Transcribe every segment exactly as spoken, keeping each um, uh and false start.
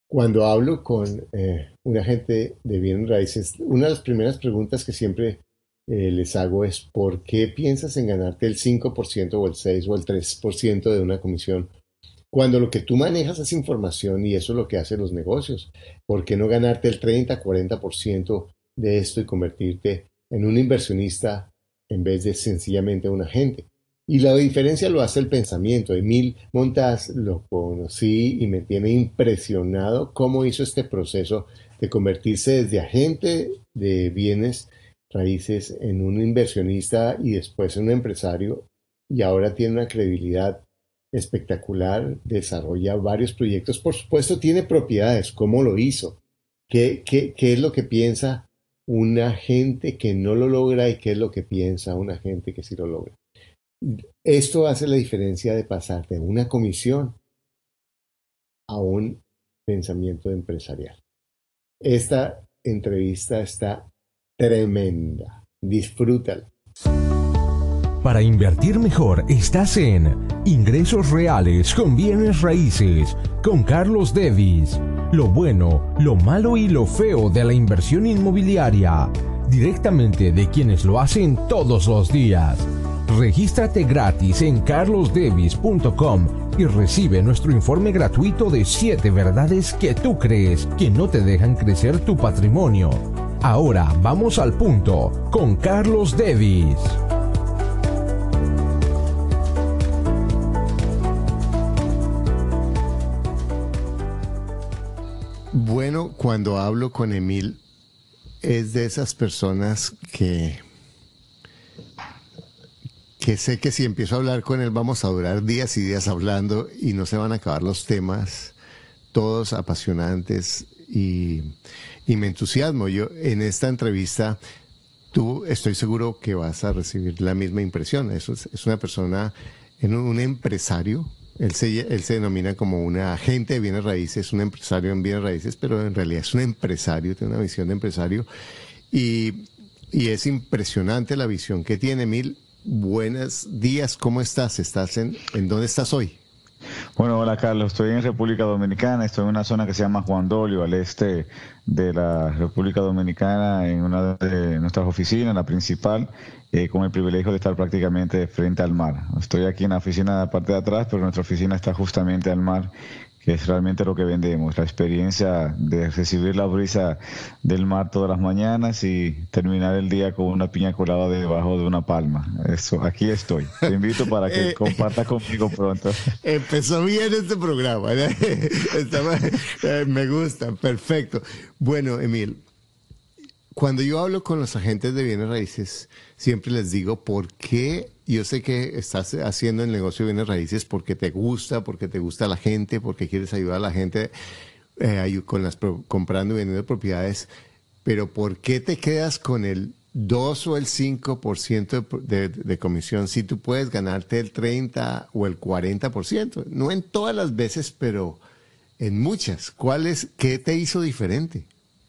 Cuando hablo con eh, un agente de bienes raíces, una de las primeras preguntas que siempre eh, les hago es ¿por qué piensas en ganarte el cinco por ciento o el seis por ciento o el tres por ciento de una comisión cuando lo que tú manejas es información y eso es lo que hacen los negocios? ¿Por qué no ganarte el treinta, cuarenta por ciento de esto y convertirte en un inversionista en vez de sencillamente un agente? Y la diferencia lo hace el pensamiento. Emil Montaz lo conocí y me tiene impresionado cómo hizo este proceso de convertirse desde agente de bienes raíces en un inversionista y después en un empresario, y ahora tiene una credibilidad espectacular, desarrolla varios proyectos, por supuesto tiene propiedades. ¿Cómo lo hizo? ¿Qué, qué, qué es lo que piensa una gente que no lo logra y qué es lo que piensa una gente que sí lo logra? Esto hace la diferencia de pasar de una comisión a un pensamiento empresarial. Esta entrevista está tremenda. Disfrútala. Para invertir mejor estás en Ingresos Reales con Bienes Raíces con Carlos Devis. Lo bueno, lo malo y lo feo de la inversión inmobiliaria, directamente de quienes lo hacen todos los días. Regístrate gratis en carlos devis punto com y recibe nuestro informe gratuito de siete verdades que tú crees que no te dejan crecer tu patrimonio. Ahora vamos al punto con Carlos Devis. Bueno, cuando hablo con Emil, es de esas personas que, que sé que si empiezo a hablar con él vamos a durar días y días hablando y no se van a acabar los temas, todos apasionantes y, y me entusiasmo. Yo en esta entrevista, tú estoy seguro que vas a recibir la misma impresión. Eso es, es una persona, un, un empresario. Él se, él se denomina como un agente de bienes raíces, un empresario en bienes raíces, pero en realidad es un empresario, tiene una visión de empresario. Y, y es impresionante la visión que tiene. Emil, buenos días, ¿cómo estás? ¿Estás en, en dónde estás hoy? Bueno, hola Carlos, estoy en República Dominicana, estoy en una zona que se llama Juan Dolio, al este de la República Dominicana, en una de nuestras oficinas, la principal, eh, con el privilegio de estar prácticamente frente al mar. Estoy aquí en la oficina de la parte de atrás, pero nuestra oficina está justamente al mar, que es realmente lo que vendemos, la experiencia de recibir la brisa del mar todas las mañanas y terminar el día con una piña colada debajo de una palma. Eso, aquí estoy. Te invito para que Eh, compartas conmigo pronto. Empezó bien este programa, ¿no? Estaba- eh, me gusta, perfecto. Bueno, Emil, cuando yo hablo con los agentes de bienes raíces, siempre les digo por qué. Yo sé que estás haciendo el negocio de bienes raíces porque te gusta, porque te gusta la gente, porque quieres ayudar a la gente eh, ayu- con las pro- comprando y vendiendo propiedades, pero ¿por qué te quedas con el dos o el cinco por ciento de, de, de comisión si tú puedes ganarte el treinta o el cuarenta por ciento? No en todas las veces, pero en muchas. ¿Cuál es, qué te hizo diferente?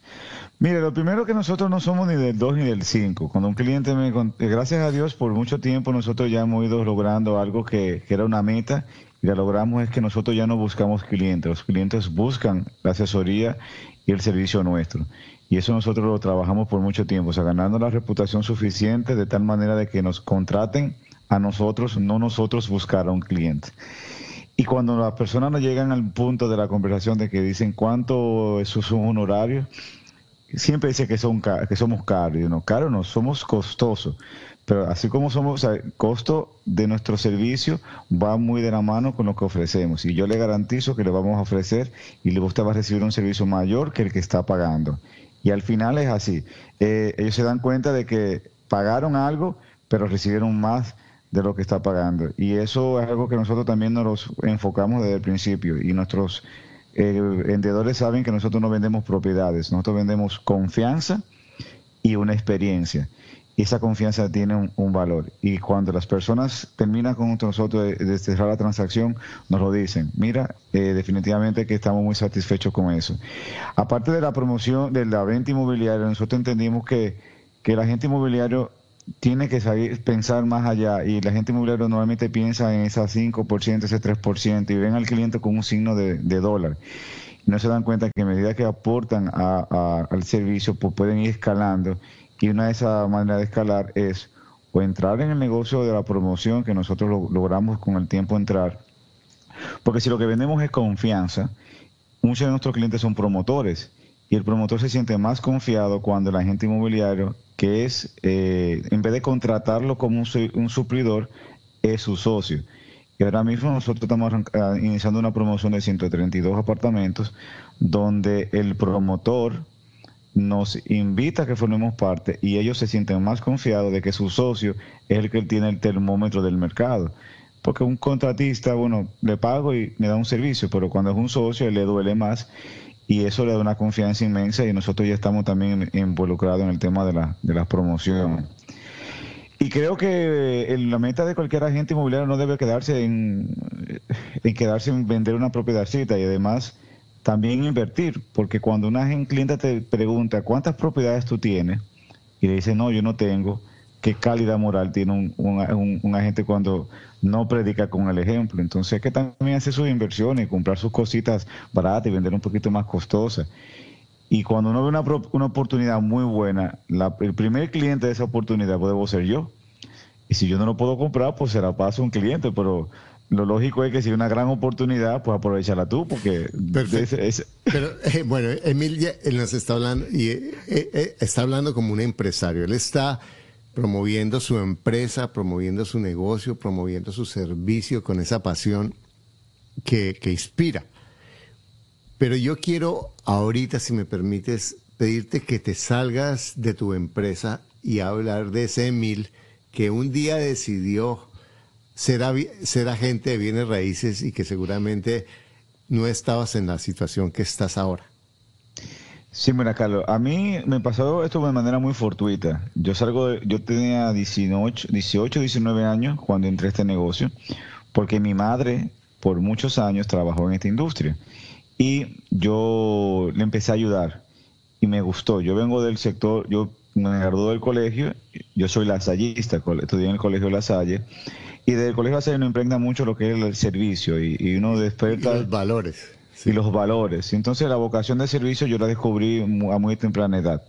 Mire, lo primero que nosotros no somos ni del dos ni del cinco. Cuando un cliente me... con- eh, Gracias a Dios, por mucho tiempo nosotros ya hemos ido logrando algo que, que era una meta y la logramos es que nosotros ya no buscamos clientes. Los clientes buscan la asesoría y el servicio nuestro. Y eso nosotros lo trabajamos por mucho tiempo, o sea, ganando la reputación suficiente de tal manera de que nos contraten a nosotros, no nosotros buscar a un cliente. Y cuando las personas nos llegan al punto de la conversación de que dicen cuánto es su honorario, siempre dice que, son, ca- que somos caros. Y no, caros no, somos costosos. Pero así como somos, o sea, el costo de nuestro servicio va muy de la mano con lo que ofrecemos. Y yo le garantizo que le vamos a ofrecer y le usted va a recibir un servicio mayor que el que está pagando. Y al final es así. Eh, ellos se dan cuenta de que pagaron algo, pero recibieron más de lo que está pagando. Y eso es algo que nosotros también nos enfocamos desde el principio. Y nuestros eh, vendedores saben que nosotros no vendemos propiedades, nosotros vendemos confianza y una experiencia. Y esa confianza tiene un, un valor. Y cuando las personas terminan con nosotros de, de cerrar la transacción, nos lo dicen. Mira, eh, definitivamente que estamos muy satisfechos con eso. Aparte de la promoción de la venta inmobiliaria, nosotros entendimos que, que el agente inmobiliario tiene que saber pensar más allá y la gente inmobiliaria normalmente piensa en ese cinco por ciento, ese tres por ciento y ven al cliente con un signo de, de dólar. no se dan cuenta que a medida que aportan a, a, al servicio, pues pueden ir escalando, y una de esas maneras de escalar es o entrar en el negocio de la promoción, que nosotros lo, logramos con el tiempo entrar, porque si lo que vendemos es confianza, muchos de nuestros clientes son promotores, y el promotor se siente más confiado cuando el agente inmobiliario, que es, eh, en vez de contratarlo como un, un suplidor, es su socio. Y ahora mismo nosotros estamos uh, iniciando una promoción de ciento treinta y dos apartamentos, donde el promotor nos invita a que formemos parte, y ellos se sienten más confiados de que su socio es el que tiene el termómetro del mercado. Porque un contratista, bueno, le pago y me da un servicio, pero cuando es un socio le duele más, y eso le da una confianza inmensa, y nosotros ya estamos también involucrados en el tema de la, de la promoción. Y creo que la meta de cualquier agente inmobiliario no debe quedarse en, en quedarse en vender una propiedadcita, y además también invertir, porque cuando una cliente te pregunta cuántas propiedades tú tienes y le dice no, yo no tengo, ¿qué calidad moral tiene un, un, un, un agente cuando no predica con el ejemplo? Entonces hay que también hacer sus inversiones, comprar sus cositas baratas y vender un poquito más costosas. Y cuando uno ve una, una oportunidad muy buena, la, el primer cliente de esa oportunidad puede ser yo. Y si yo no lo puedo comprar, pues se la paso a un cliente. Pero lo lógico es que si hay una gran oportunidad, pues aprovechala tú, porque... Perfecto. Es, es... Pero eh, bueno, Emil, él nos está hablando, y eh, eh, está hablando como un empresario. Él está promoviendo su empresa, promoviendo su negocio, promoviendo su servicio con esa pasión que, que inspira. Pero yo quiero ahorita, si me permites, pedirte que te salgas de tu empresa y hablar de ese Emil que un día decidió ser, ser agente de bienes raíces y que seguramente no estabas en la situación que estás ahora. Sí, mira, Carlos, a mí me pasó esto de manera muy fortuita. Yo salgo, de, yo tenía dieciocho, dieciocho, diecinueve años cuando entré a este negocio, porque mi madre por muchos años trabajó en esta industria. Y yo le empecé a ayudar y me gustó. Yo vengo del sector, yo me gradué del colegio, yo soy lasallista, estudié en el colegio La Salle, y del colegio La Salle nos impregna mucho lo que es el servicio, y, y uno desperta... Y los valores. Sí. Y los valores. Entonces la vocación de servicio yo la descubrí a muy temprana edad.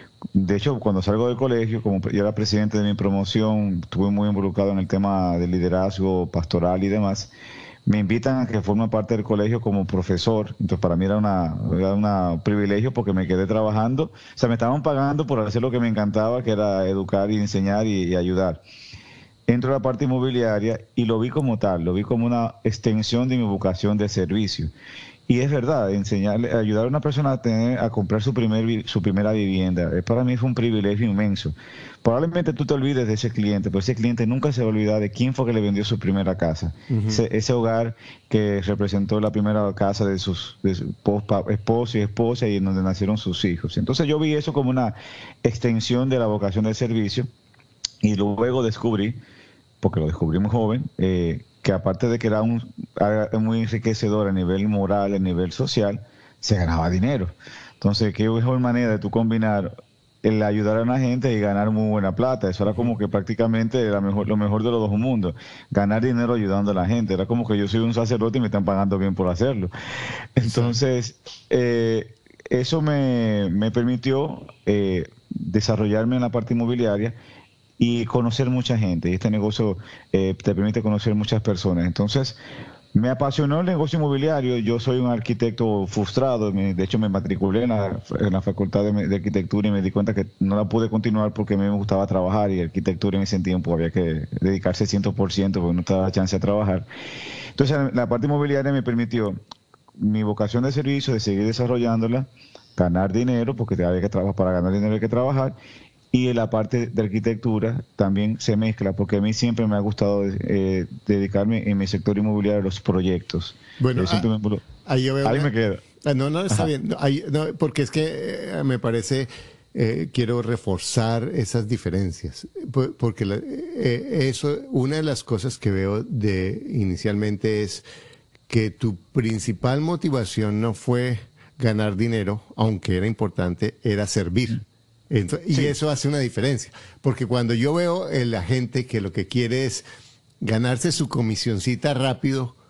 De hecho, cuando salgo del colegio, como yo era presidente de mi promoción, estuve muy involucrado en el tema del liderazgo pastoral y demás. Me invitan a que forme parte del colegio como profesor, entonces para mí era una, era un privilegio porque me quedé trabajando, o sea, me estaban pagando por hacer lo que me encantaba, que era educar y enseñar y, y ayudar. Entro a la parte inmobiliaria y lo vi como tal, lo vi como una extensión de mi vocación de servicio. Y es verdad, enseñarle, ayudar a una persona a tener, a comprar su primer su primera vivienda, para mí fue un privilegio inmenso. Probablemente tú te olvides de ese cliente, pero ese cliente nunca se va a olvidar de quién fue que le vendió su primera casa. Uh-huh. Ese, ese hogar que representó la primera casa de sus de su esposo y esposa, y en donde nacieron sus hijos. Entonces yo vi eso como una extensión de la vocación del servicio, y luego descubrí, porque lo descubrí muy joven, eh, que aparte de que era un, muy enriquecedor a nivel moral, a nivel social, se ganaba dinero. Entonces, qué mejor manera de tú combinar el ayudar a una gente y ganar muy buena plata. Eso era como que prácticamente era mejor, lo mejor de los dos mundos. Ganar dinero ayudando a la gente. Era como que yo soy un sacerdote y me están pagando bien por hacerlo. Entonces, eh, eso me, me permitió eh, desarrollarme en la parte inmobiliaria y conocer mucha gente. Y este negocio eh, te permite conocer muchas personas. Entonces, me apasionó el negocio inmobiliario. Yo soy un arquitecto frustrado. Me, de hecho, me matriculé en la, en la Facultad de, de Arquitectura y me di cuenta que no la pude continuar porque a mí me gustaba trabajar, y arquitectura en ese tiempo había que dedicarse cien por ciento porque no te daba chance de trabajar. Entonces, la parte inmobiliaria me permitió mi vocación de servicio, de seguir desarrollándola, ganar dinero, porque había que trabajar, para ganar dinero hay que trabajar. Y la parte de arquitectura también se mezcla, porque a mí siempre me ha gustado eh, dedicarme en mi sector inmobiliario a los proyectos. Bueno, ah, me, ahí, yo veo ahí una, me quedo. No, no, está Ajá. bien. No, ahí, no, porque es que eh, me parece, eh, quiero reforzar esas diferencias. Porque la, eh, eso, una de las cosas que veo de inicialmente es que tu principal motivación no fue ganar dinero, aunque era importante, era servir. Entonces, sí. Y eso hace una diferencia, porque cuando yo veo el agente que lo que quiere es ganarse su comisioncita rápido,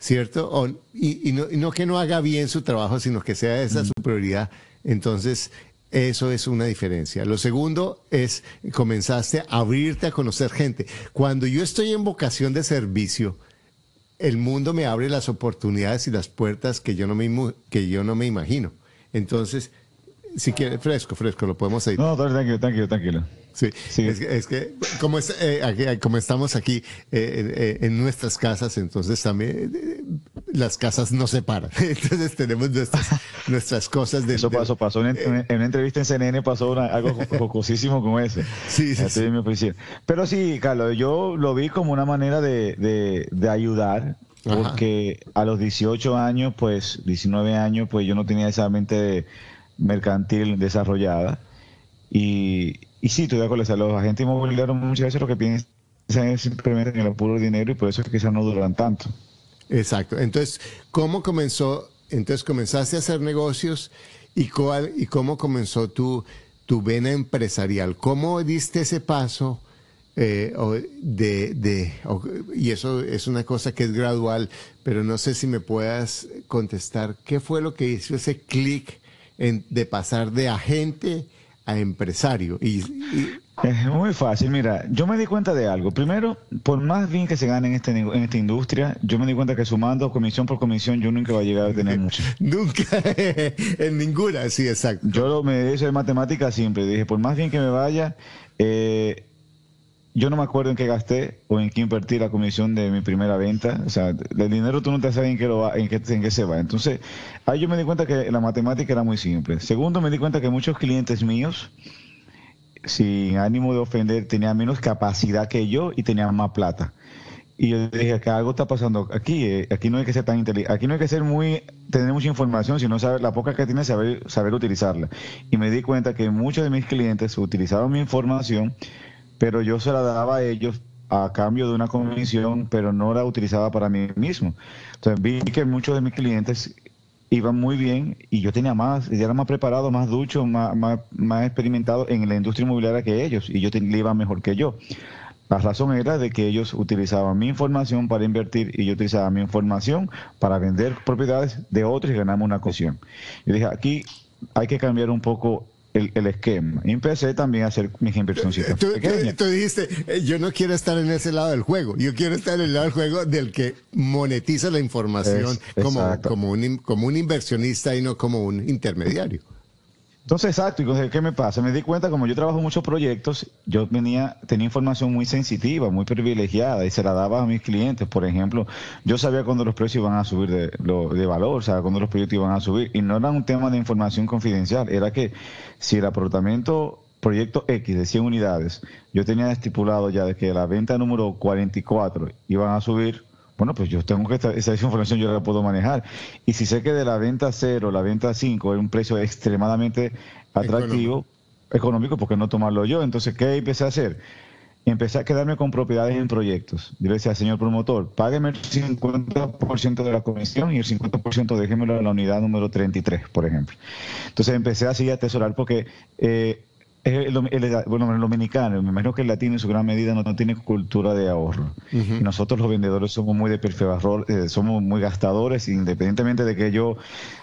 ¿cierto? O, y, y, no, y no que no haga bien su trabajo, sino que sea esa mm. su prioridad. Entonces, eso es una diferencia. Lo segundo es, comenzaste a abrirte a conocer gente. Cuando yo estoy en vocación de servicio, el mundo me abre las oportunidades y las puertas que yo no me, que yo no me imagino. Entonces, si quieres, fresco, fresco, lo podemos seguir. No, tranquilo, tranquilo, tranquilo. Sí, sí. Es, es que como, es, eh, aquí, como estamos aquí eh, en, en nuestras casas, entonces también eh, las casas nos separan. Entonces tenemos nuestras, nuestras cosas. De, eso pasó, de, pasó. En, eh, en una entrevista en C N N pasó una, algo jocosísimo como eso. Sí, sí, sí. Mi Pero sí, Carlos, yo lo vi como una manera de, de, de ayudar. Ajá. Porque a los dieciocho años, pues, diecinueve años, pues yo no tenía esa mente mercantil desarrollada. Y, y sí, estoy de acuerdo, o sea, los agentes inmobiliarios muchas veces lo que piensan es simplemente en el puro dinero y por eso es que quizás no duran tanto. Exacto. Entonces, ¿cómo comenzó? Entonces comenzaste a hacer negocios y, cuál, y cómo comenzó tu, tu vena empresarial. ¿Cómo diste ese paso? Eh, de, de, y eso es una cosa que es gradual, pero no sé si me puedas contestar qué fue lo que hizo ese clic de pasar de agente a empresario. Y, y... Es muy fácil, mira, yo me di cuenta de algo. Primero, por más bien que se gane en, este, en esta industria, yo me di cuenta que sumando comisión por comisión, yo nunca voy a llegar a tener mucho. Nunca, en ninguna, sí, exacto. Yo me hice de matemática siempre, dije, por más bien que me vaya, eh, yo no me acuerdo en qué gasté o en qué invertí la comisión de mi primera venta. O sea, el dinero tú no te sabes en qué, lo va, en qué, en qué se va. Entonces, ahí yo me di cuenta que la matemática era muy simple. Segundo, me di cuenta que muchos clientes míos, sin ánimo de ofender, tenían menos capacidad que yo y tenían más plata. Y yo dije que algo está pasando aquí. Eh, aquí no hay que ser tan inteligente. Aquí no hay que ser muy, tener mucha información, sino saber la poca que tienes, saber, saber utilizarla. Y me di cuenta que muchos de mis clientes utilizaban mi información, pero yo se la daba a ellos a cambio de una comisión, pero no la utilizaba para mí mismo. Entonces vi que muchos de mis clientes iban muy bien y yo tenía más, ya era más preparado, más ducho, más, más, más experimentado en la industria inmobiliaria que ellos, y yo te, le iba mejor que yo. La razón era de que ellos utilizaban mi información para invertir y yo utilizaba mi información para vender propiedades de otros y ganarme una comisión. Yo dije, aquí hay que cambiar un poco El, el esquema. Y empecé también a hacer mis inversioncitas tú, pequeñas. Tú, tú dijiste, yo no quiero estar en ese lado del juego, yo quiero estar en el lado del juego del que monetiza la información es, como, como, un, como un inversionista y no como un intermediario. Entonces, exacto, y ¿qué me pasa? Me di cuenta, como yo trabajo en muchos proyectos, yo venía, tenía información muy sensitiva, muy privilegiada, y se la daba a mis clientes. Por ejemplo, yo sabía cuándo los precios iban a subir de, lo, de valor, o sea, cuándo los proyectos iban a subir, y no era un tema de información confidencial, era que si el apartamento, proyecto X de cien unidades, yo tenía estipulado ya de que la venta número cuarenta y cuatro iban a subir, bueno, pues yo tengo que, esa información yo la puedo manejar. Y si sé que de la venta cero, la venta cinco, es un precio extremadamente atractivo, económico, económico ¿por qué no tomarlo yo? Entonces, ¿qué empecé a hacer? Empecé a quedarme con propiedades en proyectos. Yo le decía, señor promotor, págueme el cincuenta por ciento de la comisión y el cincuenta por ciento déjemelo en la unidad número treinta y tres, por ejemplo. Entonces empecé así a atesorar porque... Eh, El, el, el, bueno, el dominicano, me imagino que el latino en su gran medida no, no tiene cultura de ahorro. Uh-huh. Y nosotros los vendedores somos muy de perfil ahorro, eh, somos muy gastadores, independientemente de que yo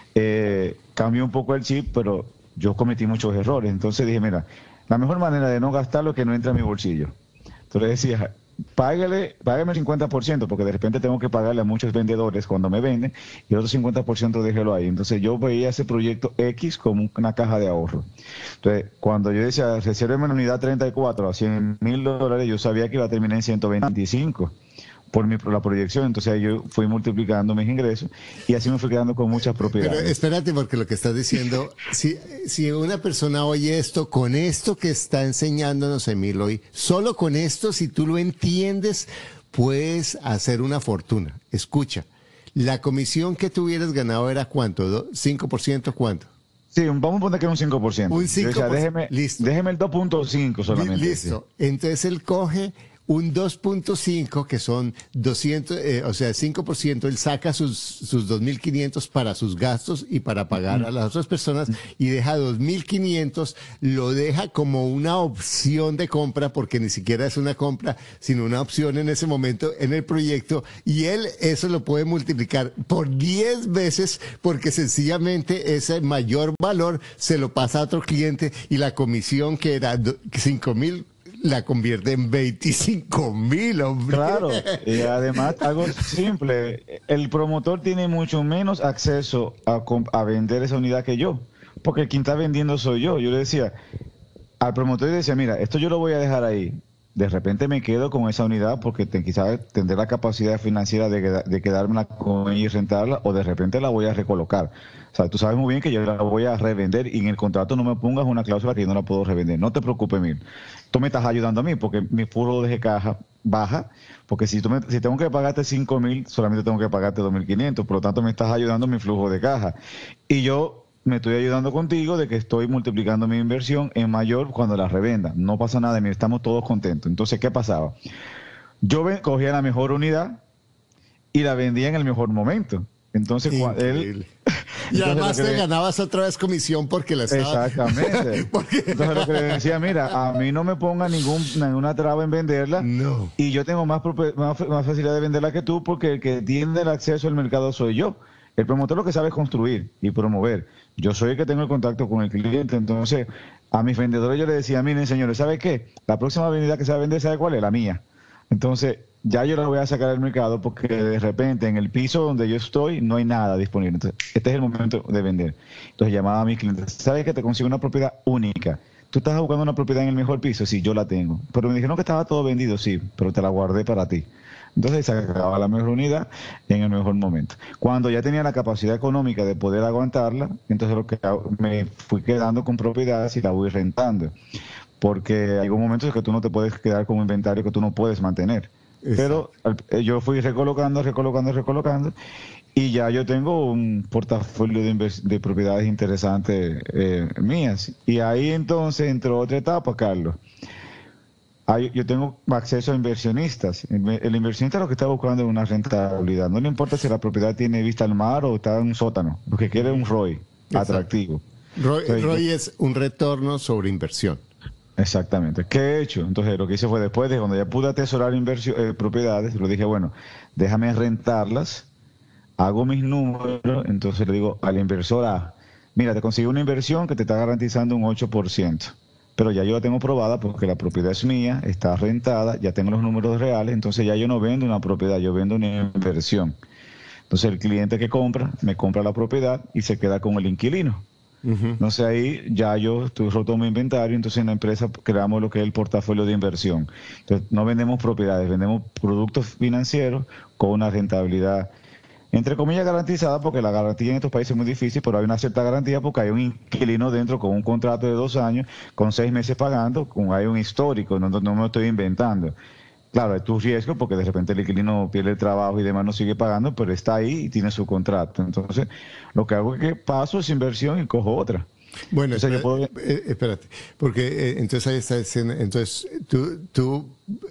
eh, cambie un poco el chip, pero yo cometí muchos errores. Entonces dije, mira, la mejor manera de no gastarlo es que no entre a mi bolsillo. Entonces decía, págale, págame el cincuenta por ciento, porque de repente tengo que pagarle a muchos vendedores cuando me venden, y el otro cincuenta por ciento déjelo ahí. Entonces yo veía ese proyecto X como una caja de ahorro. Entonces, cuando yo decía, resérveme en unidad treinta y cuatro a cien mil dólares, yo sabía que iba a terminar en ciento veinticinco por, mi, por la proyección. Entonces yo fui multiplicando mis ingresos y así me fui quedando con muchas propiedades. Pero espérate, porque lo que estás diciendo, si, si una persona oye esto, con esto que está enseñándonos Emil hoy, solo con esto, si tú lo entiendes, puedes hacer una fortuna. Escucha, la comisión que tú hubieras ganado era ¿cuánto? ¿cinco por ciento cuánto? Sí, vamos a poner que era un cinco por ciento. Un cinco por ciento. O sea, déjeme, listo. Déjeme el dos punto cinco solamente. Listo. Sí. Entonces él coge un dos punto cinco, que son doscientos, eh, o sea, cinco por ciento, él saca sus, sus dos mil quinientos para sus gastos y para pagar a las otras personas, y deja dos mil quinientos, lo deja como una opción de compra, porque ni siquiera es una compra, sino una opción en ese momento en el proyecto, y él eso lo puede multiplicar por diez veces, porque sencillamente ese mayor valor se lo pasa a otro cliente, y la comisión que era cinco mil la convierte en veinticinco mil, hombre. Claro, y además algo simple, el promotor tiene mucho menos acceso a, a vender esa unidad que yo, porque quien está vendiendo soy yo. Yo le decía al promotor, y decía, mira, esto yo lo voy a dejar ahí. De repente me quedo con esa unidad porque te, quizás tendré la capacidad financiera de, de quedármela con ella y rentarla, o de repente la voy a recolocar. O sea, tú sabes muy bien que yo la voy a revender, y en el contrato no me pongas una cláusula que yo no la puedo revender. No te preocupes, Mil. Tú me estás ayudando a mí porque mi flujo de caja baja, porque si, tú me, si tengo que pagarte cinco mil, solamente tengo que pagarte dos mil quinientos. Por lo tanto, me estás ayudando a mi flujo de caja. Y yo me estoy ayudando contigo de que estoy multiplicando mi inversión en mayor cuando la revenda. No pasa nada, mira, estamos todos contentos. Entonces, ¿qué pasaba? Yo cogía la mejor unidad y la vendía en el mejor momento. Entonces, cuando él... Y entonces además te le... ganabas otra vez comisión porque la estaba... Exactamente. porque... Entonces lo que le decía, mira, a mí no me ponga ningún, ninguna traba en venderla. No. Y yo tengo más, más, más facilidad de venderla que tú, porque el que tiene el acceso al mercado soy yo. El promotor lo que sabe es construir y promover. Yo soy el que tengo el contacto con el cliente. Entonces, a mis vendedores yo les decía, miren, señores, ¿sabe qué? La próxima avenida que se va a vender, ¿sabe cuál es? La mía. Entonces, ya yo la voy a sacar al mercado porque de repente en el piso donde yo estoy no hay nada disponible. Entonces, este es el momento de vender. Entonces, llamaba a mis clientes, ¿sabes que te consigo una propiedad única? ¿Tú estás buscando una propiedad en el mejor piso? Sí, yo la tengo. Pero me dijeron que estaba todo vendido, sí, pero te la guardé para ti. Entonces sacaba la mejor unidad en el mejor momento. Cuando ya tenía la capacidad económica de poder aguantarla, entonces lo que hago, me fui quedando con propiedades y la voy rentando. Porque hay momentos en que tú no te puedes quedar con un inventario que tú no puedes mantener. Exacto. Pero yo fui recolocando, recolocando, recolocando, y ya yo tengo un portafolio de, de propiedades interesantes eh, mías. Y ahí entonces entró otra etapa, Carlos. Hay, yo tengo acceso a inversionistas. El, el inversionista lo que está buscando es una rentabilidad. No le importa si la propiedad tiene vista al mar o está en un sótano. Lo que quiere es un R O I. Exacto. Atractivo. R O I, Entonces, R O I es un retorno sobre inversión. Exactamente. ¿Qué he hecho? Entonces lo que hice fue, después de cuando ya pude atesorar inversión, eh, propiedades, lo dije, bueno, déjame rentarlas, hago mis números. Entonces le digo al inversor A, mira, te consigo una inversión que te está garantizando un ocho por ciento. Pero ya yo la tengo probada porque la propiedad es mía, está rentada, ya tengo los números reales, entonces ya yo no vendo una propiedad, yo vendo una inversión. Entonces el cliente que compra, me compra la propiedad y se queda con el inquilino. Uh-huh. Entonces ahí ya yo estoy roto mi inventario, entonces en la empresa creamos lo que es el portafolio de inversión. Entonces no vendemos propiedades, vendemos productos financieros con una rentabilidad entre comillas garantizada, porque la garantía en estos países es muy difícil, pero hay una cierta garantía porque hay un inquilino dentro con un contrato de dos años, con seis meses pagando, con, hay un histórico, no, no me lo estoy inventando. Claro, hay tu riesgo porque de repente el inquilino pierde el trabajo y demás, no sigue pagando, pero está ahí y tiene su contrato. Entonces, lo que hago es que paso esa inversión y cojo otra. Bueno, espérate, yo puedo... eh, espérate, porque eh, entonces ahí está diciendo, entonces tú, tú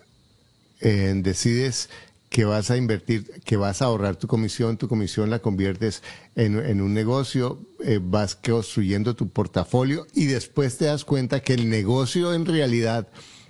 eh, decides que vas a invertir, que vas a ahorrar tu comisión, tu comisión la conviertes en, en un negocio, eh, vas construyendo tu portafolio y después te das cuenta que el negocio en realidad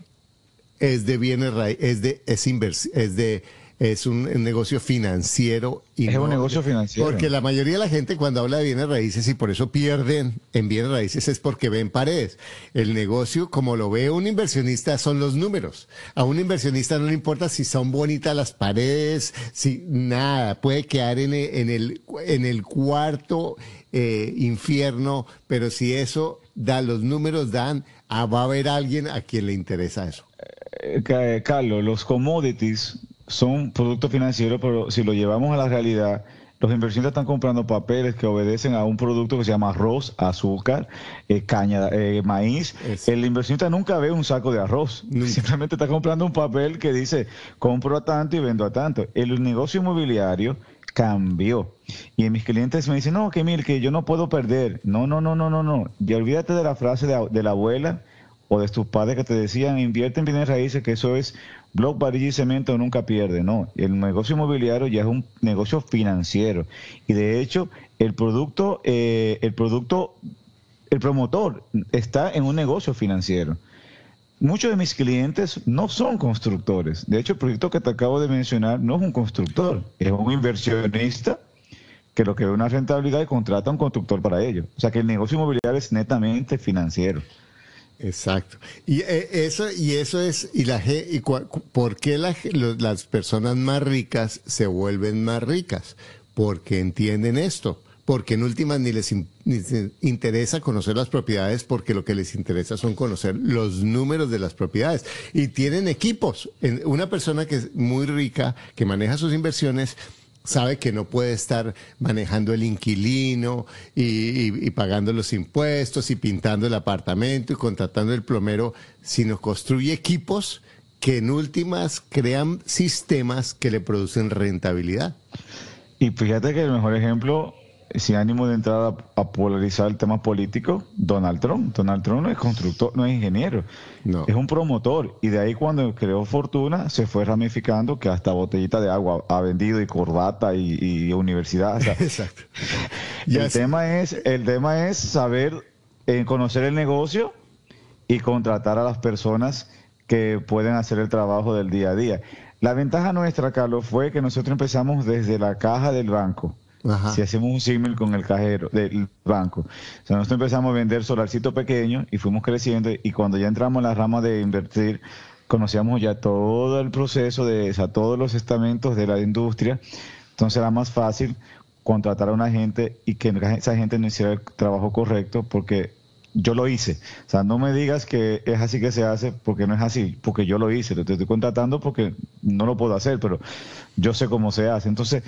es de bienes raíces, es de, es invers, es de, es un, un negocio financiero. Y es no, un negocio financiero. Porque la mayoría de la gente cuando habla de bienes raíces y por eso pierden en bienes raíces es porque ven paredes. El negocio, como lo ve un inversionista, son los números. A un inversionista no le importa si son bonitas las paredes, si nada, puede quedar en el, en el, en el cuarto eh, infierno, pero si eso da, los números dan, ah, va a haber alguien a quien le interesa eso. Eh, Carlos, los commodities son productos financieros, pero si lo llevamos a la realidad, los inversionistas están comprando papeles que obedecen a un producto que se llama arroz, azúcar, eh, caña, eh, maíz. Eso. El inversionista nunca ve un saco de arroz, nunca. Simplemente está comprando un papel que dice compro a tanto y vendo a tanto. El negocio inmobiliario cambió. Y mis clientes me dicen, no, que mire, que yo no puedo perder. No, no, no, no, no, no. Y olvídate de la frase de, de la abuela o de tus padres que te decían invierte en bienes raíces, que eso es bloc, varilla y cemento, nunca pierde. No, el negocio inmobiliario ya es un negocio financiero y de hecho el producto, eh, el producto, el promotor está en un negocio financiero. Muchos de mis clientes no son constructores. De hecho, el proyecto que te acabo de mencionar no es un constructor, es un inversionista que lo que ve una rentabilidad y contrata a un constructor para ello. O sea que el negocio inmobiliario es netamente financiero. Exacto. Y eh, eso y eso es y la ge- y cua- cu- ¿por qué la ge- los- las personas más ricas se vuelven más ricas? Porque entienden esto. Porque en últimas ni les, in- ni les interesa conocer las propiedades, porque lo que les interesa son conocer los números de las propiedades. Y tienen equipos. En- Una persona que es muy rica, que maneja sus inversiones, sabe que no puede estar manejando el inquilino y, y- y pagando los impuestos y pintando el apartamento y contratando el plomero, sino construye equipos que en últimas crean sistemas que le producen rentabilidad. Y fíjate que el mejor ejemplo, sin ánimo de entrar a, a polarizar el tema político, Donald Trump. Donald Trump no es constructor, no es ingeniero, No. es un promotor. Y de ahí cuando creó fortuna, se fue ramificando que hasta botellita de agua ha vendido y corbata y, y universidad. O sea, Exacto. Ya el es- tema es, el tema es saber eh, conocer el negocio y contratar a las personas que pueden hacer el trabajo del día a día. La ventaja nuestra, Carlos, fue que nosotros empezamos desde la caja del banco. Ajá. Si hacemos un símil con el cajero del banco. O sea, nosotros empezamos a vender solarcito pequeño y fuimos creciendo y cuando ya entramos en la rama de invertir, conocíamos ya todo el proceso de, o sea, todos los estamentos de la industria. Entonces era más fácil contratar a una gente y que esa gente no hiciera el trabajo correcto porque yo lo hice. O sea, no me digas que es así que se hace porque no es así, porque yo lo hice. Te estoy contratando porque no lo puedo hacer, pero yo sé cómo se hace. Entonces,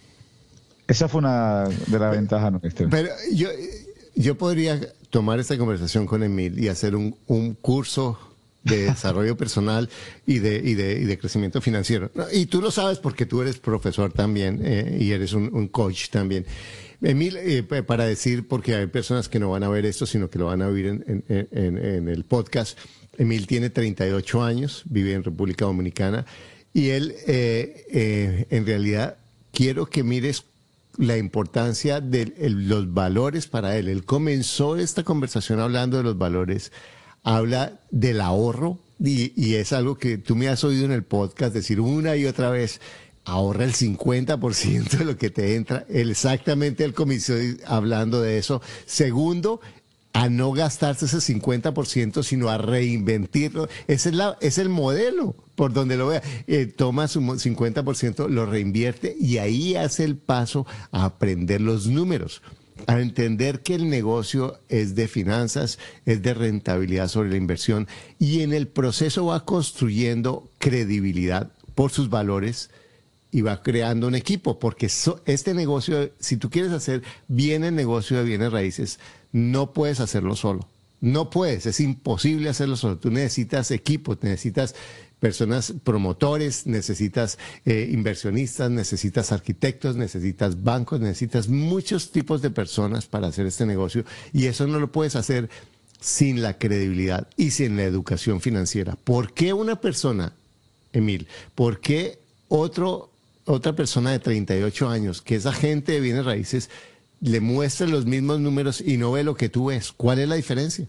esa fue una de las ventajas nuestras. Pero yo, yo podría tomar esta conversación con Emil y hacer un, un curso de desarrollo personal y de, y, de, y de crecimiento financiero. No, y tú lo sabes porque tú eres profesor también eh, y eres un, un coach también. Emil, eh, para decir, porque hay personas que no van a ver esto, sino que lo van a oír en, en, en, en el podcast, Emil tiene treinta y ocho años, vive en República Dominicana y él, eh, eh, en realidad, quiero que mires la importancia de el, los valores para él. Él comenzó esta conversación hablando de los valores, habla del ahorro y, y es algo que tú me has oído en el podcast decir una y otra vez, ahorra el cincuenta por ciento de lo que te entra. Él, exactamente él comenzó hablando de eso. Segundo, a no gastarse ese cincuenta por ciento, sino a reinvertirlo. Ese es, la, es el modelo, por donde lo vea. Eh, toma su cincuenta por ciento, lo reinvierte y ahí hace el paso a aprender los números, a entender que el negocio es de finanzas, es de rentabilidad sobre la inversión y en el proceso va construyendo credibilidad por sus valores y va creando un equipo, porque so, este negocio, si tú quieres hacer bien el negocio de bienes raíces, no puedes hacerlo solo. No puedes, es imposible hacerlo solo. Tú necesitas equipos, necesitas personas promotores, necesitas eh, inversionistas, necesitas arquitectos, necesitas bancos, necesitas muchos tipos de personas para hacer este negocio y eso no lo puedes hacer sin la credibilidad y sin la educación financiera. ¿Por qué una persona, Emil, por qué otro, otra persona de treinta y ocho años, que es agente de bienes raíces, le muestra los mismos números y no ve lo que tú ves? ¿Cuál es la diferencia?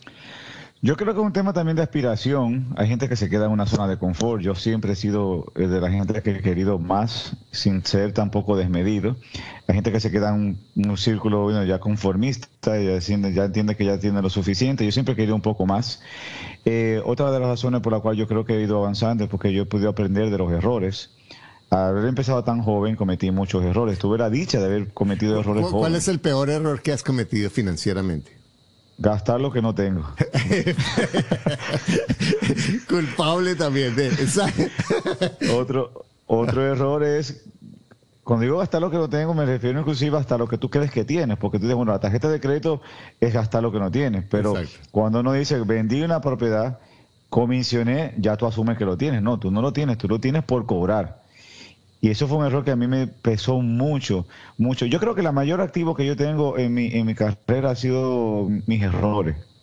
Yo creo que es un tema también de aspiración. Hay gente que se queda en una zona de confort. Yo siempre he sido de la gente que he querido más sin ser tampoco desmedido. Hay gente que se queda en un, un círculo bueno, ya conformista, ya entiende, ya entiende que ya tiene lo suficiente. Yo siempre he querido un poco más. Eh, otra de las razones por la cual yo creo que he ido avanzando es porque yo he podido aprender de los errores. Al haber empezado tan joven cometí muchos errores. Tuve la dicha de haber cometido errores ¿Cuál jóvenes. es el peor error que has cometido financieramente? Gastar lo que no tengo. Culpable también de otro, otro error es, cuando digo gastar lo que no tengo, me refiero inclusive hasta lo que tú crees que tienes, porque tú dices, bueno, la tarjeta de crédito es gastar lo que no tienes, pero Exacto. cuando uno dice, vendí una propiedad, comisioné, ya tú asumes que lo tienes. No, tú no lo tienes, tú lo tienes por cobrar. Y eso fue un error que a mí me pesó mucho, mucho. Yo creo que el mayor activo que yo tengo en mi, en mi carrera ha sido mis errores.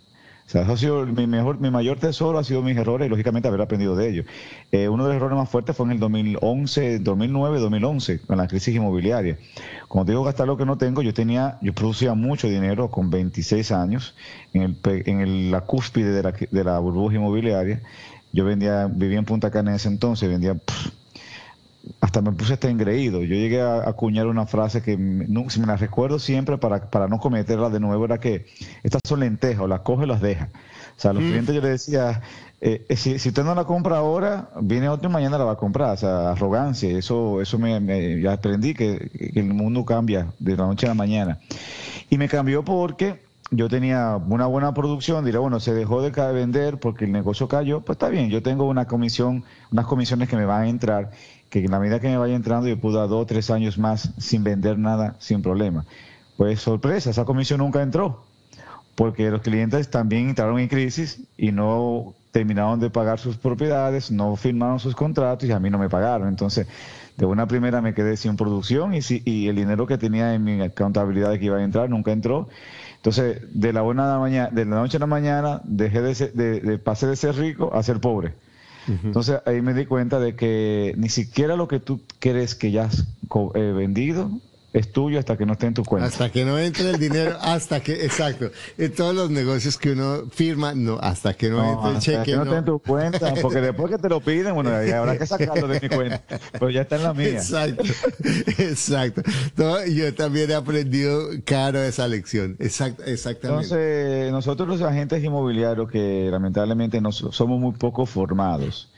O sea, eso ha sido mi mejor, mi mayor tesoro ha sido mis errores y lógicamente haber aprendido de ellos. Eh, uno de los errores más fuertes fue en el dos mil once, dos mil nueve, dos mil once, con la crisis inmobiliaria. Como te digo, gastar lo que no tengo, yo tenía, yo producía mucho dinero con veintiséis años en, el, en el, la cúspide de la, de la burbuja inmobiliaria. Yo vendía, vivía en Punta Cana en ese entonces, vendía, pff, hasta me puse hasta engreído. Yo llegué a acuñar una frase que no, si me la recuerdo siempre para, para no cometerla de nuevo, era que estas son lentejas, o las coge o las deja. O sea, a los mm. clientes yo les decía, eh, si, si usted no la compra ahora, viene otro y mañana la va a comprar. O sea, arrogancia, eso eso me, me ya aprendí que, que el mundo cambia de la noche a la mañana. Y me cambió porque yo tenía una buena producción, diré, bueno, se dejó de vender porque el negocio cayó, pues está bien, yo tengo una comisión, unas comisiones que me van a entrar, que en la medida que me vaya entrando yo puedo dar dos o tres años más sin vender nada, sin problema. Pues sorpresa, esa comisión nunca entró, porque los clientes también entraron en crisis y no terminaron de pagar sus propiedades, no firmaron sus contratos y a mí no me pagaron. Entonces, de una primera me quedé sin producción y, si, y el dinero que tenía en mi contabilidad que iba a entrar nunca entró. Entonces, de la buena de la, mañana, de la noche a la mañana, dejé de, ser, de, de pasé de ser rico a ser pobre. Uh-huh. Entonces, ahí me di cuenta de que ni siquiera lo que tú crees que ya has eh, vendido es tuyo hasta que no esté en tu cuenta. Hasta que no entre el dinero, hasta que, exacto. En todos los negocios que uno firma, no, hasta que no, no entre el cheque. Hasta que no, no esté en tu cuenta, porque después que te lo piden, bueno, habrá que sacarlo de mi cuenta, pero ya está en la mía. Exacto, exacto. No, yo también he aprendido caro esa lección, Exact, exactamente. Entonces, nosotros los agentes inmobiliarios que lamentablemente no, somos muy poco formados,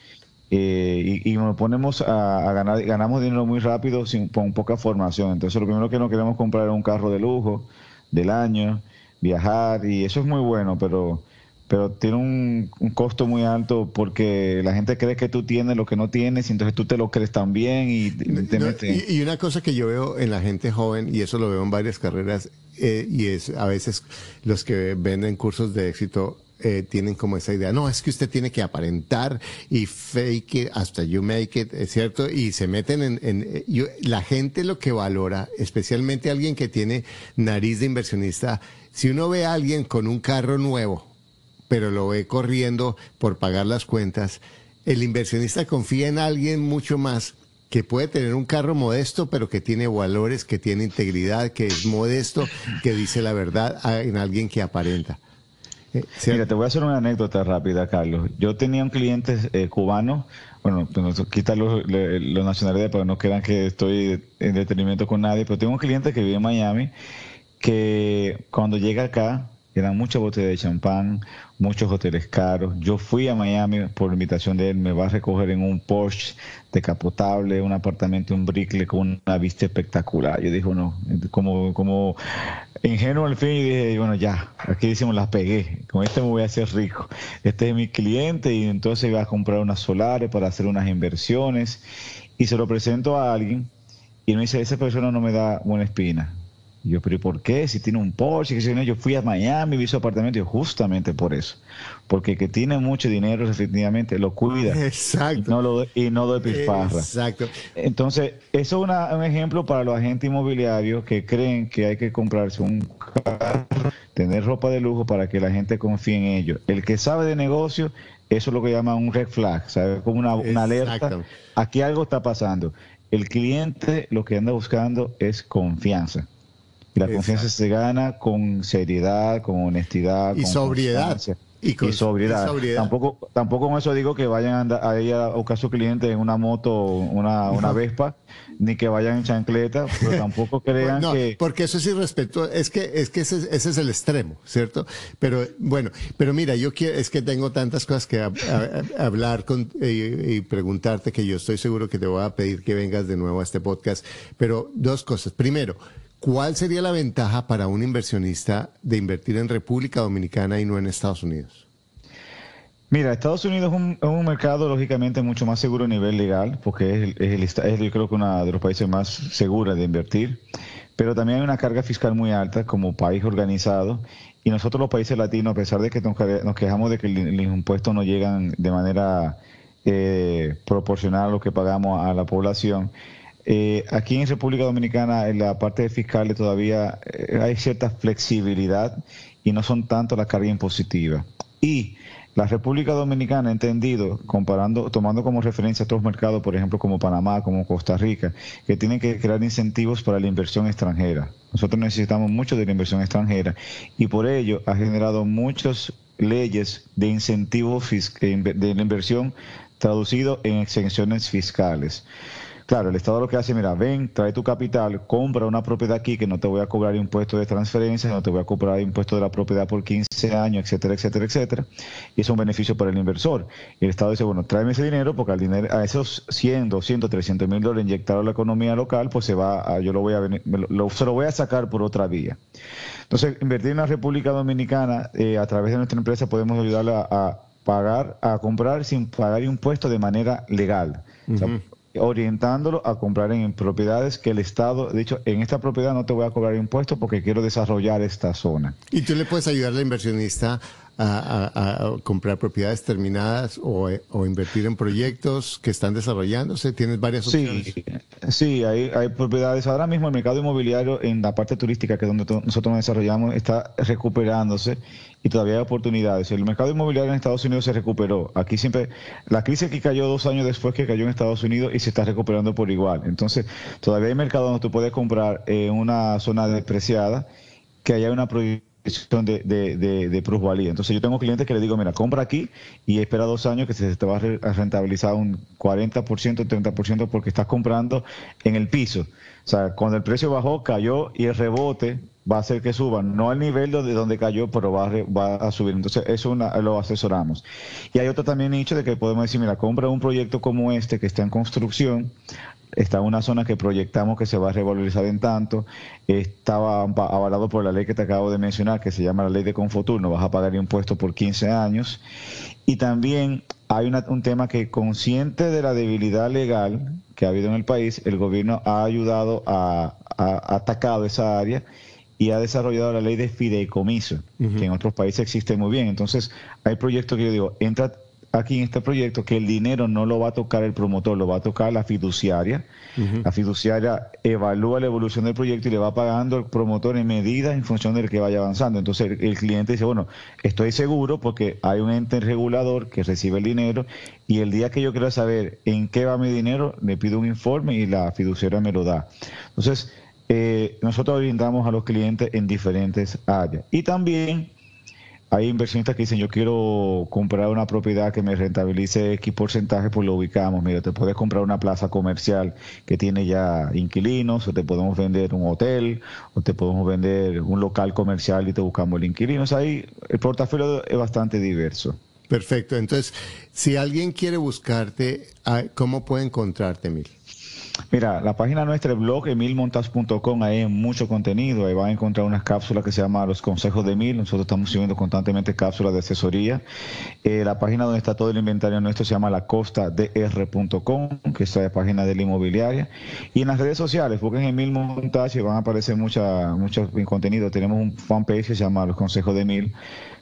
Eh, y, y nos ponemos a, a ganar, ganamos dinero muy rápido sin, con poca formación. Entonces lo primero que nos queremos comprar es un carro de lujo del año, viajar, y eso es muy bueno, pero pero tiene un, un costo muy alto porque la gente cree que tú tienes lo que no tienes y entonces tú te lo crees también y te no, metes. Y, y una cosa que yo veo en la gente joven, y eso lo veo en varias carreras, eh, y es a veces los que venden cursos de éxito Eh, tienen como esa idea, no, es que usted tiene que aparentar y fake it hasta you make it, ¿es cierto? Y se meten en... en yo, la gente lo que valora, especialmente alguien que tiene nariz de inversionista, si uno ve a alguien con un carro nuevo, pero lo ve corriendo por pagar las cuentas, el inversionista confía en alguien mucho más que puede tener un carro modesto, pero que tiene valores, que tiene integridad, que es modesto, que dice la verdad, en alguien que aparenta. Eh, Mira, te voy a hacer una anécdota rápida, Carlos. Yo tenía un cliente eh, cubano, bueno, quita los, los nacionalidades para que no crean que estoy en detenimiento con nadie, pero tengo un cliente que vive en Miami que cuando llega acá, eran muchas botellas de champán, muchos hoteles caros. Yo fui a Miami por invitación de él, me va a recoger en un Porsche decapotable, un apartamento, un brickle con una vista espectacular. Yo dije, bueno, como, como ingenuo al fin, y dije, bueno, ya, aquí decimos, la pegué, con este me voy a hacer rico. Este es mi cliente y entonces iba a comprar unas solares para hacer unas inversiones y se lo presento a alguien y me dice, esa persona no me da buena espina. Y yo, pero ¿y por qué? Si tiene un Porsche, que si no, yo fui a Miami, vi su apartamento, y justamente por eso. Porque el que tiene mucho dinero, efectivamente, lo cuida. Exacto. Y no lo, y no lo despilfarra. Exacto. Entonces, eso es una, un ejemplo para los agentes inmobiliarios que creen que hay que comprarse un carro, tener ropa de lujo para que la gente confíe en ellos. El que sabe de negocio, eso es lo que llaman un red flag, ¿sabes? Como una, una alerta. Aquí algo está pasando. El cliente lo que anda buscando es confianza. Y la confianza Exacto. se gana con seriedad, con honestidad, y con sobriedad. Y, con, y, sobriedad. y sobriedad. Tampoco, tampoco con eso digo que vayan a, andar, a ir a buscar a su cliente en una moto, una, una Vespa, ni que vayan en chancleta, pero tampoco crean no, que... porque eso es irrespetuoso, es que, es que ese, ese es el extremo, ¿cierto? Pero bueno, pero mira, yo quiero, es que tengo tantas cosas que a, a, a hablar con, y, y preguntarte que yo estoy seguro que te voy a pedir que vengas de nuevo a este podcast, pero dos cosas. Primero, ¿cuál sería la ventaja para un inversionista de invertir en República Dominicana y no en Estados Unidos? Mira, Estados Unidos es un, es un mercado lógicamente mucho más seguro a nivel legal, porque es, el, es, el, es yo creo que uno de los países más seguros de invertir, pero también hay una carga fiscal muy alta como país organizado, y nosotros los países latinos, a pesar de que nos, nos quejamos de que los impuestos no llegan de manera eh, proporcional a lo que pagamos a la población, Eh, aquí en República Dominicana, en la parte fiscal todavía eh, hay cierta flexibilidad y no son tanto la carga impositiva. Y la República Dominicana ha entendido, comparando, tomando como referencia otros mercados, por ejemplo, como Panamá, como Costa Rica, que tienen que crear incentivos para la inversión extranjera. Nosotros necesitamos mucho de la inversión extranjera y por ello ha generado muchas leyes de incentivos de la inversión traducido en exenciones fiscales. Claro, el Estado lo que hace, mira, ven, trae tu capital, compra una propiedad aquí que no te voy a cobrar impuesto de transferencia, no te voy a cobrar impuesto de la propiedad por quince años, etcétera, etcétera, etcétera. Y es un beneficio para el inversor. Y el Estado dice, bueno, tráeme ese dinero porque al dinero, a esos cien, doscientos, trescientos mil dólares inyectados a la economía local, pues se va a, yo lo voy a, lo, se lo voy a sacar por otra vía. Entonces, invertir en la República Dominicana, eh, a través de nuestra empresa podemos ayudarla a, a pagar, a comprar sin pagar impuestos de manera legal. Uh-huh. O sea, orientándolo a comprar en propiedades que el Estado, de hecho, en esta propiedad no te voy a cobrar impuestos porque quiero desarrollar esta zona. ¿Y tú le puedes ayudar al inversionista a, a, a comprar propiedades terminadas o, o invertir en proyectos que están desarrollándose? ¿Tienes varias opciones? Sí, sí hay, hay propiedades. Ahora mismo el mercado inmobiliario en la parte turística, que es donde nosotros nos desarrollamos, está recuperándose y todavía hay oportunidades. El mercado inmobiliario en Estados Unidos se recuperó. Aquí siempre, la crisis que cayó dos años después que cayó en Estados Unidos y se está recuperando por igual. Entonces, todavía hay mercado donde tú puedes comprar en una zona despreciada que haya una proyección de, de, de, de plusvalía. Entonces, yo tengo clientes que les digo, mira, compra aquí y espera dos años que se te va a rentabilizar un cuarenta por ciento, treinta por ciento porque estás comprando en el piso. O sea, cuando el precio bajó, cayó y el rebote va a hacer que suba, no al nivel de donde cayó, pero va a, va a subir. Entonces, eso una, lo asesoramos. Y hay otro también nicho de que podemos decir, mira, compra un proyecto como este que está en construcción, está en una zona que proyectamos que se va a revalorizar en tanto, estaba avalado por la ley que te acabo de mencionar, que se llama la ley de Confotur, no vas a pagar impuestos por quince años. Y también hay una, un tema que, consciente de la debilidad legal que ha habido en el país, el gobierno ha ayudado a, a, a atacado esa área y ha desarrollado la ley de fideicomiso, uh-huh. que en otros países existe muy bien. Entonces, hay proyectos que yo digo, entra aquí en este proyecto que el dinero no lo va a tocar el promotor, lo va a tocar la fiduciaria. Uh-huh. La fiduciaria evalúa la evolución del proyecto y le va pagando al promotor en medida en función del que vaya avanzando. Entonces, el, el cliente dice, bueno, estoy seguro porque hay un ente regulador que recibe el dinero y el día que yo quiera saber en qué va mi dinero, le pido un informe y la fiduciaria me lo da. Entonces, Eh, nosotros orientamos a los clientes en diferentes áreas. Y también hay inversionistas que dicen, yo quiero comprar una propiedad que me rentabilice X porcentaje, pues lo ubicamos. Mira, te puedes comprar una plaza comercial que tiene ya inquilinos, o te podemos vender un hotel, o te podemos vender un local comercial y te buscamos el inquilino. O sea, ahí el portafolio es bastante diverso. Perfecto. Entonces, si alguien quiere buscarte, ¿cómo puede encontrarte, Emil? Mira, la página nuestra, el blog emil montas punto com, ahí hay mucho contenido, ahí van a encontrar unas cápsulas que se llaman Los Consejos de Emil, nosotros estamos subiendo constantemente cápsulas de asesoría. Eh, la página donde está todo el inventario nuestro se llama la costa d r punto com, que es la página de la inmobiliaria. Y en las redes sociales, busquen Emil Montas y van a aparecer mucha, mucho contenido. Tenemos un fanpage que se llama Los Consejos de Emil,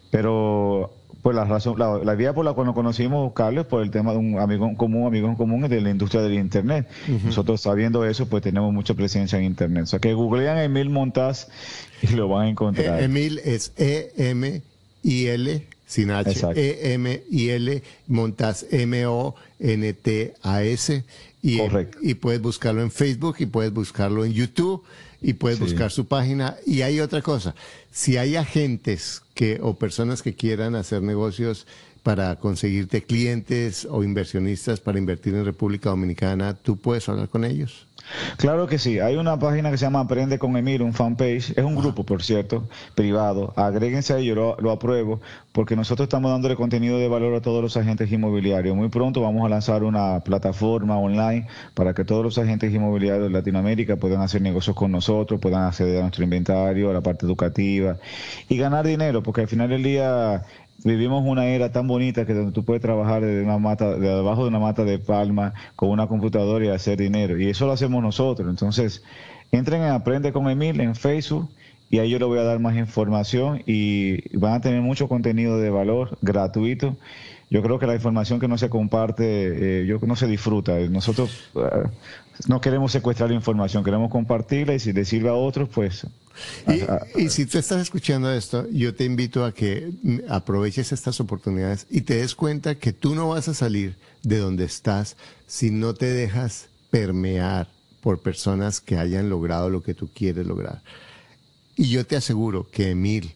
pero pues la razón, la, la vía por la cual nos conocimos, Carlos, por el tema de un amigo en común, amigos en común de la industria del Internet. Uh-huh. Nosotros, sabiendo eso, pues tenemos mucha presencia en Internet. O sea, que googlean Emil Montas y lo van a encontrar. Eh, Emil es E M I L, sin H. Exacto. E M I L, Montas, M O N T A S. Y, Correcto. Y puedes buscarlo en Facebook y puedes buscarlo en YouTube y puedes sí. buscar su página. Y hay otra cosa, si hay agentes que o personas que quieran hacer negocios para conseguirte clientes o inversionistas para invertir en República Dominicana, ¿tú puedes hablar con ellos? Claro que sí, hay una página que se llama Aprende con Emil, un fanpage, es un grupo, por cierto, privado. Agréguense a ello, lo, lo apruebo, porque nosotros estamos dándole contenido de valor a todos los agentes inmobiliarios. Muy pronto vamos a lanzar una plataforma online para que todos los agentes inmobiliarios de Latinoamérica puedan hacer negocios con nosotros, puedan acceder a nuestro inventario, a la parte educativa y ganar dinero, porque al final del día vivimos una era tan bonita que donde tú puedes trabajar desde una mata, de debajo de una mata de palma con una computadora y hacer dinero. Y eso lo hacemos nosotros. Entonces, entren en Aprende con Emil en Facebook y ahí yo les voy a dar más información y van a tener mucho contenido de valor gratuito yo creo que la información que no se comparte, eh, yo, no se disfruta. Nosotros uh, no queremos secuestrar la información, queremos compartirla y si le sirve a otros, pues... Y, a, a, y si tú estás escuchando esto, yo te invito a que aproveches estas oportunidades y te des cuenta que tú no vas a salir de donde estás si no te dejas permear por personas que hayan logrado lo que tú quieres lograr. Y yo te aseguro que Emil,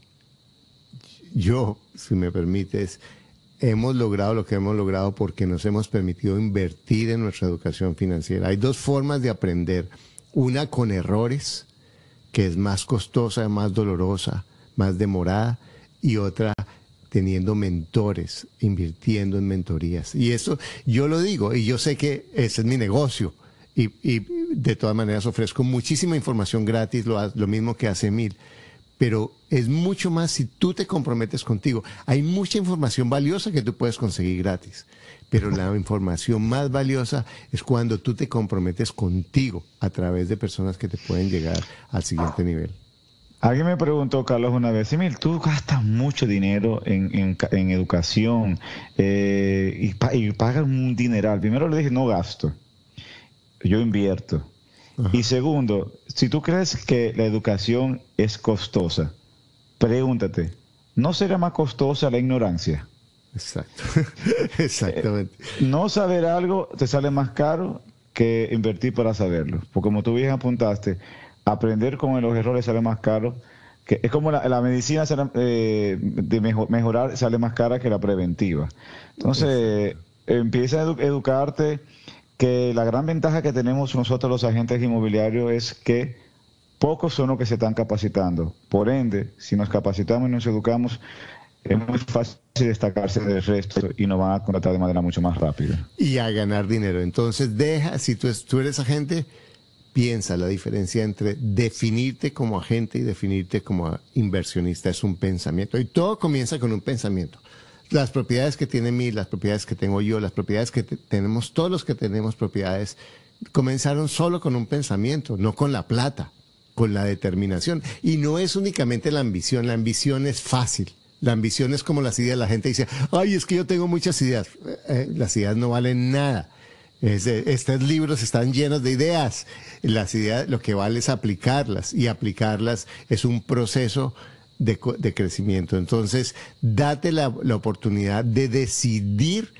yo, si me permites, hemos logrado lo que hemos logrado porque nos hemos permitido invertir en nuestra educación financiera. Hay dos formas de aprender. Una con errores, que es más costosa, más dolorosa, más demorada, y otra teniendo mentores, invirtiendo en mentorías. Y eso yo lo digo, y yo sé que ese es mi negocio. Y, y de todas maneras ofrezco muchísima información gratis, lo, lo mismo que hace Emil. Pero es mucho más si tú te comprometes contigo. Hay mucha información valiosa que tú puedes conseguir gratis, pero la información más valiosa es cuando tú te comprometes contigo a través de personas que te pueden llegar al siguiente nivel. Alguien me preguntó, Carlos, una vez, Emil, tú gastas mucho dinero en, en, en educación eh, y, y pagas un dineral. Primero le dije, no gasto, yo invierto. Ajá. Y segundo, si tú crees que la educación es costosa, pregúntate, ¿no será más costosa la ignorancia? Exacto, exactamente. Eh, no saber algo te sale más caro que invertir para saberlo, porque como tú bien apuntaste, aprender con los errores sale más caro, que es como la, la medicina sale, eh, de mejor, mejorar sale más cara que la preventiva. Entonces, empieza a edu- educarte, que la gran ventaja que tenemos nosotros los agentes inmobiliarios es que pocos son los que se están capacitando. Por ende, si nos capacitamos y nos educamos, es muy fácil destacarse del resto y nos van a contratar de manera mucho más rápida. Y a ganar dinero. Entonces, deja, si tú, tú eres agente, piensa la diferencia entre definirte como agente y definirte como inversionista. Es un pensamiento. Y todo comienza con un pensamiento. Las propiedades que tiene Emil, las propiedades que tengo yo, las propiedades que te, tenemos, todos los que tenemos propiedades, comenzaron solo con un pensamiento, no con la plata, con la determinación. Y no es únicamente la ambición, la ambición es fácil. La ambición es como las ideas. La gente dice, ay, es que yo tengo muchas ideas. Eh, las ideas no valen nada. Es, estos libros están llenos de ideas. Las ideas, lo que vale es aplicarlas. Y aplicarlas es un proceso de, de crecimiento. Entonces, date la, la oportunidad de decidir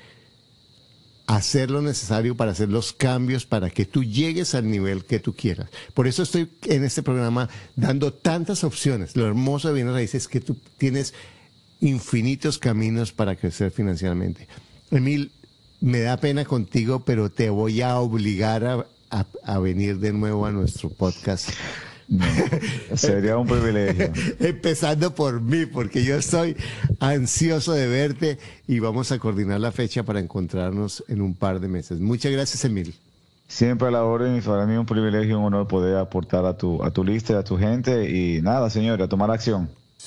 hacer lo necesario para hacer los cambios para que tú llegues al nivel que tú quieras. Por eso estoy en este programa dando tantas opciones. Lo hermoso de Bienes Raíces es que tú tienes infinitos caminos para crecer financieramente. Emil, me da pena contigo, pero te voy a obligar a, a, a venir de nuevo a nuestro podcast. No, sería un privilegio. Empezando por mí, porque yo estoy ansioso de verte y vamos a coordinar la fecha para encontrarnos en un par de meses. Muchas gracias, Emil. Siempre a la orden y para mí un privilegio y un honor poder aportar a tu, a tu lista y a tu gente. Y nada, señores, a tomar acción.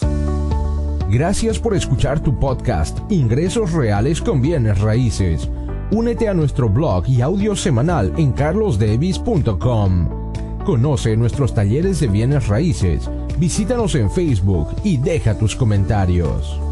Gracias por escuchar tu podcast Ingresos Reales con Bienes Raíces. Únete a nuestro blog y audio semanal en carlos davis punto com. Conoce nuestros talleres de bienes raíces. Visítanos en Facebook y deja tus comentarios.